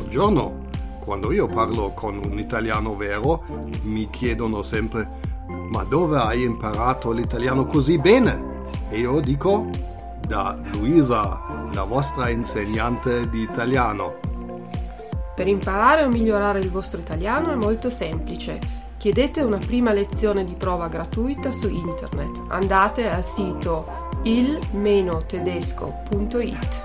Buongiorno. Quando io parlo con un italiano vero, mi chiedono sempre: ma dove hai imparato l'italiano così bene? E io dico: da Luisa, la vostra insegnante di italiano. Per imparare o migliorare il vostro italiano è molto semplice. Chiedete una prima lezione di prova gratuita su internet. Andate al sito il-tedesco.it.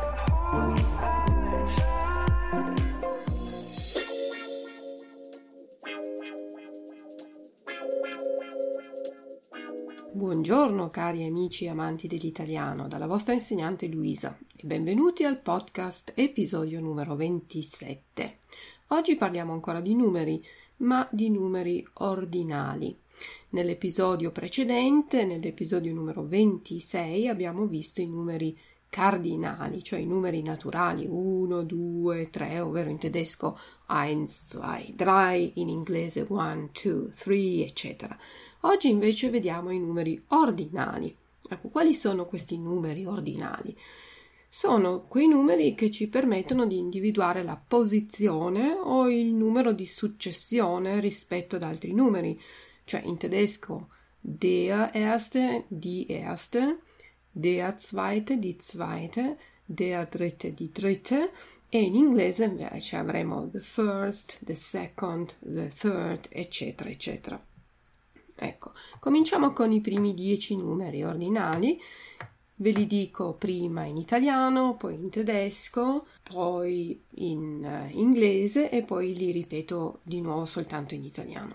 Buongiorno cari amici e amanti dell'italiano, dalla vostra insegnante Luisa e benvenuti al podcast episodio numero 27. Oggi parliamo ancora di numeri, ma di numeri ordinali. Nell'episodio precedente, nell'episodio numero 26, abbiamo visto i numeri cardinali, cioè i numeri naturali 1, 2, 3, ovvero in tedesco 1, 2, 3, in inglese 1, 2, 3, eccetera. Oggi invece vediamo i numeri ordinali. Ecco, quali sono questi numeri ordinali? Sono quei numeri che ci permettono di individuare la posizione o il numero di successione rispetto ad altri numeri, cioè in tedesco der erste, die erste, der zweite, die zweite, der dritte, die dritte, e in inglese invece avremo the first, the second, the third, eccetera, eccetera. Ecco, cominciamo con i primi 10 numeri ordinali. Ve li dico prima in italiano, poi in tedesco, poi in inglese e poi li ripeto di nuovo soltanto in italiano.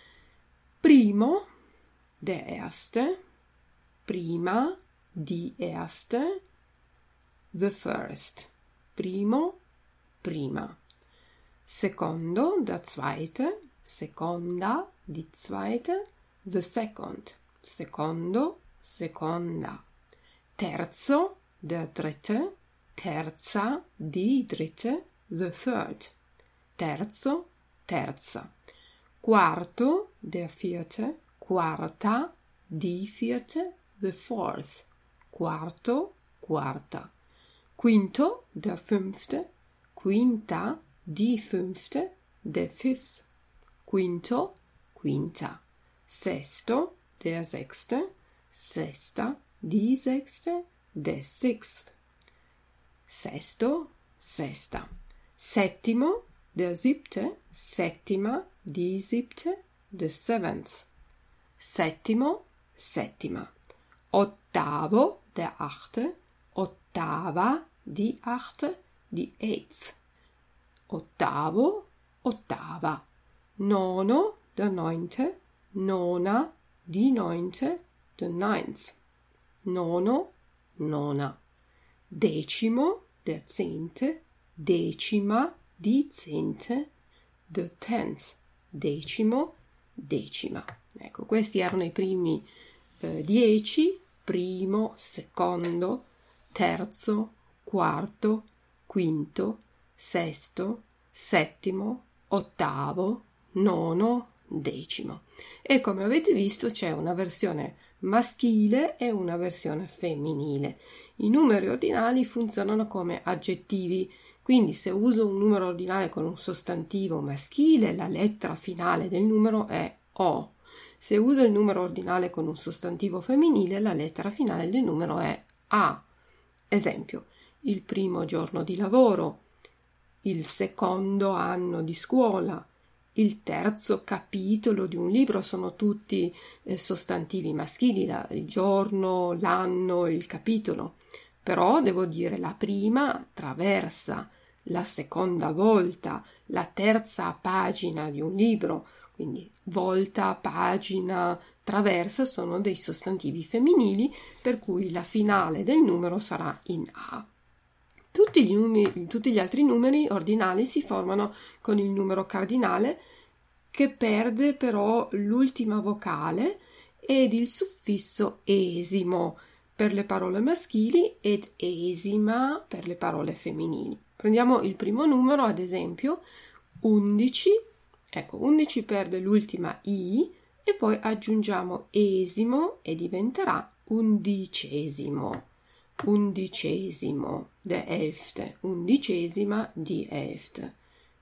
Primo, der erste, prima, die erste, the first, primo, prima. Secondo, der zweite, seconda, die zweite, the second, secondo, seconda. Terzo, der dritte, terza, die dritte, the third, terzo, terza. Quarto, der vierte, quarta, die vierte, the fourth, quarto, quarta. Quinto, der fünfte, quinta, die fünfte, the fifth, quinto, quinta. Sesto, der sechste, sesta, die sechste, the sixth. Sesto, sesta. Settimo, der siebte, settima, die siebte, the seventh. Settimo, settima. Ottavo, der achte, ottava, die achte, die eighth. Ottavo, ottava. Nono, der neunte, nona, die neunte, the ninth. Nono, nona. Decimo, der zehnte, decima, die zehnte, the tenth. Decimo, decima. Ecco, questi erano i primi 10, primo, secondo, terzo, quarto, quinto, sesto, settimo, ottavo, nono, decimo. E come avete visto c'è una versione maschile e una versione femminile. I numeri ordinali funzionano come aggettivi, quindi se uso un numero ordinale con un sostantivo maschile, la lettera finale del numero è O. Se uso il numero ordinale con un sostantivo femminile, la lettera finale del numero è A. Esempio, il primo giorno di lavoro, il secondo anno di scuola, il terzo capitolo di un libro, sono tutti sostantivi maschili, il giorno, l'anno, il capitolo. Però devo dire la prima traversa, la seconda volta, la terza pagina di un libro, quindi volta, pagina, traversa sono dei sostantivi femminili, per cui la finale del numero sarà in A. Tutti gli altri numeri ordinali si formano con il numero cardinale, che perde però l'ultima vocale ed il suffisso esimo per le parole maschili ed esima per le parole femminili. Prendiamo il primo numero, ad esempio 11. Ecco, 11 perde l'ultima i e poi aggiungiamo esimo e diventerà undicesimo. Undicesimo, der elfte, undicesima, die elfte.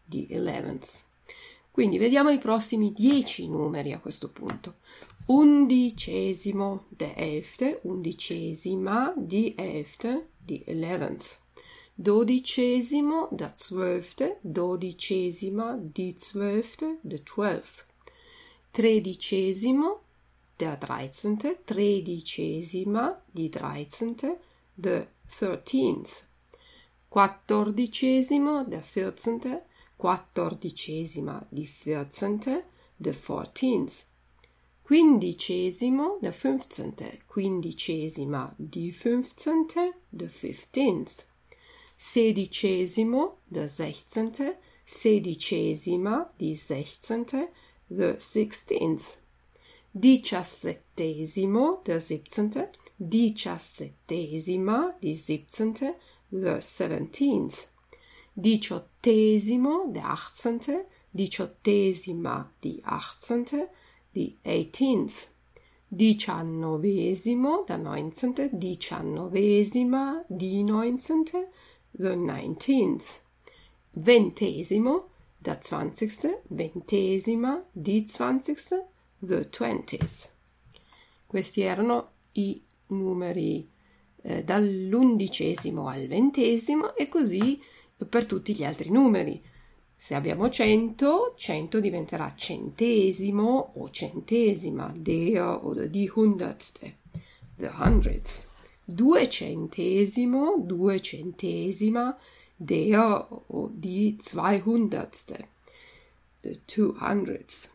di 11th. Quindi vediamo i prossimi 10 numeri a questo punto. Undicesimo, der 11th, undicesima, die 11th, die 11th. Dodicesimo, der 12th, dodicesima, die 12th, the 12th. Tredicesimo, der 13th, tredicesima, die 13th, the 13th. Quattordicesimo, der 14th, quattordicesima, die 14th, the 14th. Quindicesimo, der 15th, quindicesima, die 15th, the 15th. Sedicesimo, der 16th, sedicesima, die 16th, the 16th. Diciassettesimo, der 17th, diciassettesima, die 17th, the 17th. Diciottesimo, der 18th, diciottesima, die 18th, the 18th. Diciannovesimo, der 19th, diciannovesima, die 19th, the 19th. Ventesimo, der 20th, ventesima, die 20th, the 20th. Questi erano i numeri dall'11° al 20° e così per tutti gli altri numeri. Se abbiamo 100, 100 diventerà centesimo o centesima, der oder die Hundertste, the hundredth. Duecentesimo, duecentesima, der o die Zweihundertste, the 200th.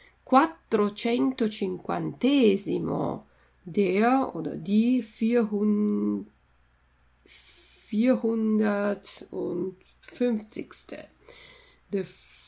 Quattrocentocinquantesimo, der oder die 450. The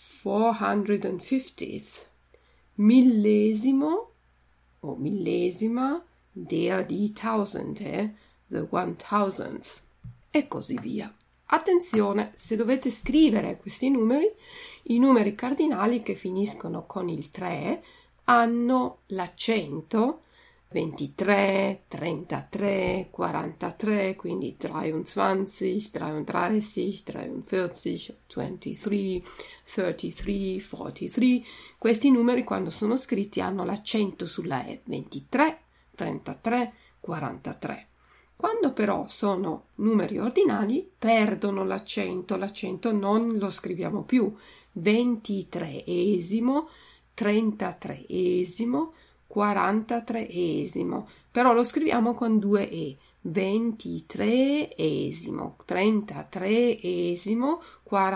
450th. Millesimo o millesima, der die Tausende, the 1000th, e così via. Attenzione, se dovete scrivere questi numeri, i numeri cardinali che finiscono con il 3 hanno l'accento 23, 33, 43, quindi 23, 33, 43, 23, 33, 43. Questi numeri quando sono scritti hanno l'accento sulla E, 23, 33, 43. Quando però sono numeri ordinali perdono l'accento non lo scriviamo più. 23esimo, 33esimo, 43esimo, però lo scriviamo con due E. 23esimo, 33esimo,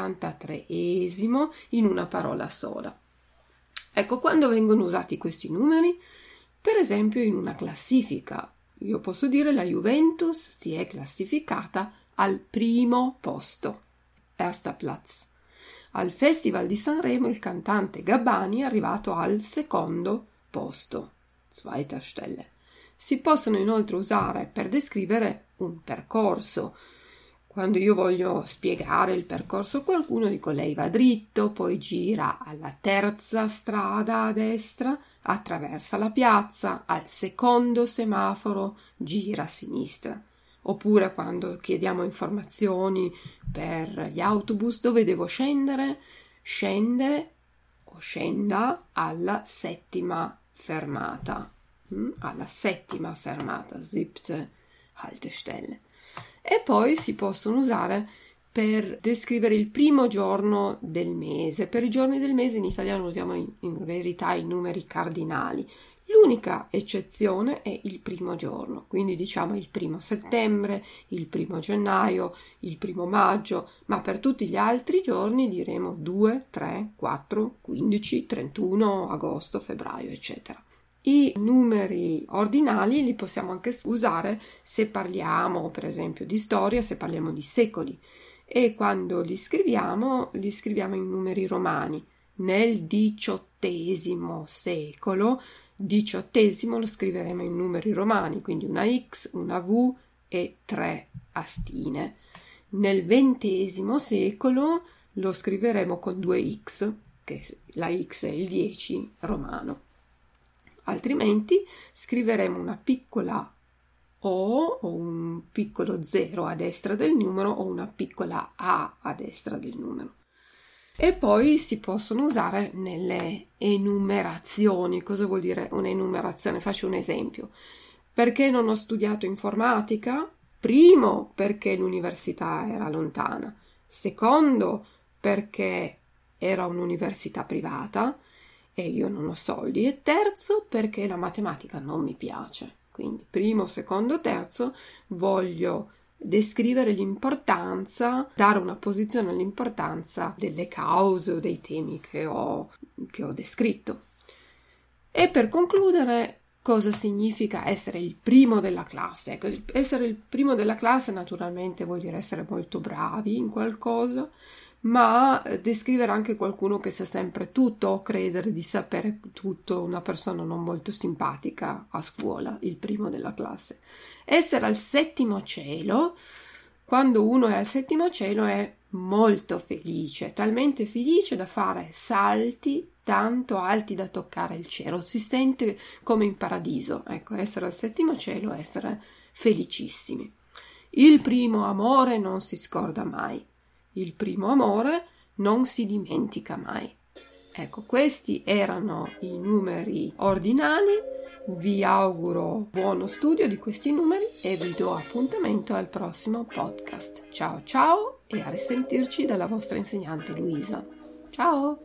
43esimo in una parola sola. Ecco, quando vengono usati questi numeri, per esempio in una classifica, io posso dire la Juventus si è classificata al primo posto, erster Platz. Al Festival di Sanremo il cantante Gabbani è arrivato al secondo posto, zweiter Stelle. Si possono inoltre usare per descrivere un percorso. Quando io voglio spiegare il percorso a qualcuno, dico lei va dritto, poi gira alla terza strada a destra, attraversa la piazza, al secondo semaforo, gira a sinistra. Oppure quando chiediamo informazioni per gli autobus, dove devo scendere? Scende o scenda alla settima fermata. Alla settima fermata, siebte Haltestelle. E poi si possono usare per descrivere il primo giorno del mese. Per i giorni del mese in italiano usiamo in verità i numeri cardinali. L'unica eccezione è il primo giorno, quindi diciamo il 1 settembre, il 1 gennaio, il 1 maggio, ma per tutti gli altri giorni diremo 2, 3, 4, 15, 31 agosto, febbraio, eccetera. I numeri ordinali li possiamo anche usare se parliamo, per esempio, di storia, se parliamo di secoli, e quando li scriviamo in numeri romani. Nel XVIII secolo, XVIII lo scriveremo in numeri romani, quindi una X, una V e 3 astine. Nel XX secolo lo scriveremo con 2 X, che la X è il 10 romano. Altrimenti scriveremo una piccola O un piccolo 0 a destra del numero o una piccola A a destra del numero. E poi si possono usare nelle enumerazioni. Cosa vuol dire un'enumerazione? Faccio un esempio. Perché non ho studiato informatica? Primo, perché l'università era lontana. Secondo, perché era un'università privata e io non ho soldi. E terzo, perché la matematica non mi piace. Quindi primo, secondo, terzo, voglio descrivere l'importanza, dare una posizione all'importanza delle cause o dei temi che ho descritto. E per concludere, cosa significa essere il primo della classe? Ecco, essere il primo della classe naturalmente vuol dire essere molto bravi in qualcosa, ma descrivere anche qualcuno che sa sempre tutto o credere di sapere tutto, una persona non molto simpatica a scuola, il primo della classe. Essere al settimo cielo, quando uno è al settimo cielo è molto felice, talmente felice da fare salti tanto alti da toccare il cielo, si sente come in paradiso. Ecco, essere al settimo cielo è essere felicissimi. Il primo amore non si scorda mai. Il primo amore non si dimentica mai. Ecco, questi erano i numeri ordinali. Vi auguro buono studio di questi numeri e vi do appuntamento al prossimo podcast. Ciao ciao e a risentirci dalla vostra insegnante Luisa. Ciao!